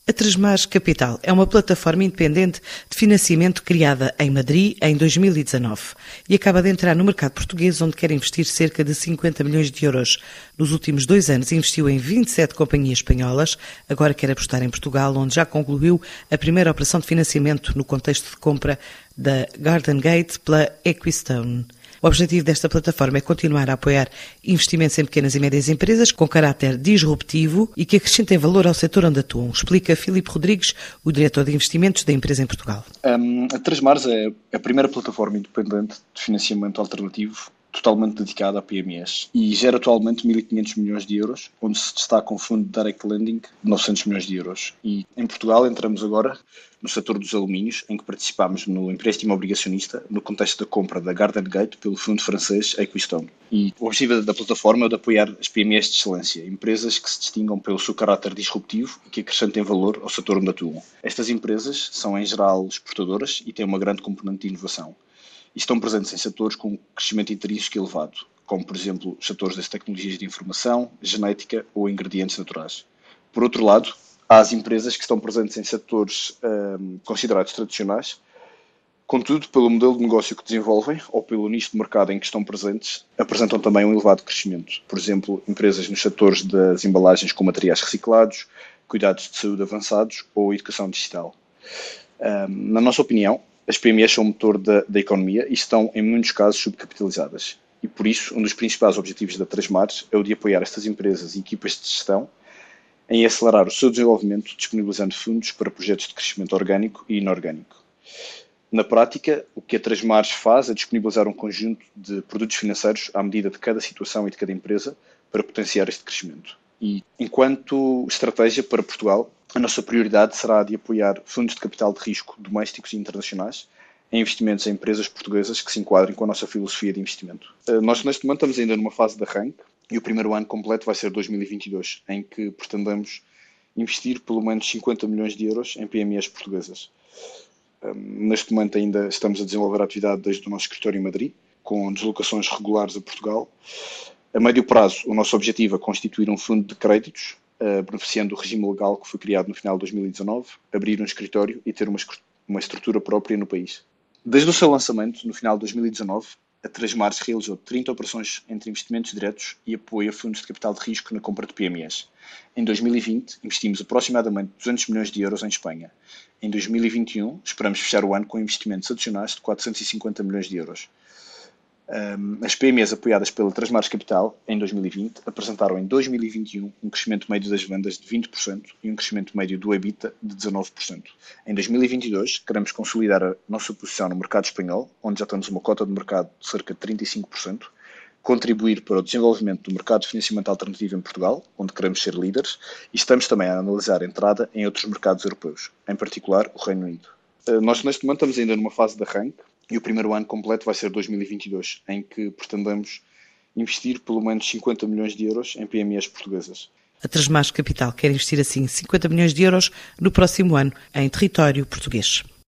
A Tresmás Capital é uma plataforma independente de financiamento criada em Madrid em 2019 e acaba de entrar no mercado português, onde quer investir cerca de 50 milhões de euros. Nos últimos 2 anos investiu em 27 companhias espanholas, agora quer apostar em Portugal, onde já concluiu a primeira operação de financiamento no contexto de compra da Garden Gate pela Equistone. O objetivo desta plataforma é continuar a apoiar investimentos em pequenas e médias empresas com caráter disruptivo e que acrescentem valor ao setor onde atuam, explica Filipe Rodrigues, o diretor de investimentos da empresa em Portugal. A Tresmars é a primeira plataforma independente de financiamento alternativo totalmente dedicada a PMEs e gera atualmente 1.500 milhões de euros, onde se destaca um fundo de direct lending de 900 milhões de euros. E em Portugal entramos agora no setor dos alumínios, em que participamos no empréstimo obrigacionista no contexto da compra da Garden Gate pelo fundo francês Equistone. E o objetivo da plataforma é de apoiar as PMEs de excelência, empresas que se distingam pelo seu caráter disruptivo e que acrescentem valor ao setor onde atuam. Estas empresas são em geral exportadoras e têm uma grande componente de inovação. E estão presentes em setores com crescimento intrínseco elevado, como, por exemplo, os setores das tecnologias de informação, genética ou ingredientes naturais. Por outro lado, há as empresas que estão presentes em setores considerados tradicionais, contudo, pelo modelo de negócio que desenvolvem ou pelo nicho de mercado em que estão presentes, apresentam também um elevado crescimento. Por exemplo, empresas nos setores das embalagens com materiais reciclados, cuidados de saúde avançados ou educação digital. Na nossa opinião, as PMEs são o motor da economia e estão, em muitos casos, subcapitalizadas. E, por isso, um dos principais objetivos da Tresmars é o de apoiar estas empresas e equipas de gestão em acelerar o seu desenvolvimento, disponibilizando fundos para projetos de crescimento orgânico e inorgânico. Na prática, o que a Tresmars faz é disponibilizar um conjunto de produtos financeiros à medida de cada situação e de cada empresa para potenciar este crescimento. E, enquanto estratégia para Portugal, a nossa prioridade será a de apoiar fundos de capital de risco domésticos e internacionais em investimentos em empresas portuguesas que se enquadrem com a nossa filosofia de investimento. Nós, neste momento, estamos ainda numa fase de arranque e o primeiro ano completo vai ser 2022, em que pretendemos investir pelo menos 50 milhões de euros em PMEs portuguesas. Neste momento ainda estamos a desenvolver a atividade desde o nosso escritório em Madrid, com deslocações regulares a Portugal. A médio prazo, o nosso objetivo é constituir um fundo de créditos, beneficiando do regime legal que foi criado no final de 2019, abrir um escritório e ter uma estrutura própria no país. Desde o seu lançamento, no final de 2019, a Tresmars realizou 30 operações entre investimentos diretos e apoio a fundos de capital de risco na compra de PMEs. Em 2020, investimos aproximadamente 200 milhões de euros em Espanha. Em 2021, esperamos fechar o ano com investimentos adicionais de 450 milhões de euros. As PMEs apoiadas pela Tresmars Capital em 2020 apresentaram em 2021 um crescimento médio das vendas de 20% e um crescimento médio do EBITDA de 19%. Em 2022, queremos consolidar a nossa posição no mercado espanhol, onde já temos uma cota de mercado de cerca de 35%, contribuir para o desenvolvimento do mercado de financiamento alternativo em Portugal, onde queremos ser líderes, e estamos também a analisar a entrada em outros mercados europeus, em particular o Reino Unido. Nós, neste momento, estamos ainda numa fase de arranque, e o primeiro ano completo vai ser 2022, em que pretendemos investir pelo menos 50 milhões de euros em PMEs portuguesas. A Tresmás Capital quer investir assim 50 milhões de euros no próximo ano em território português.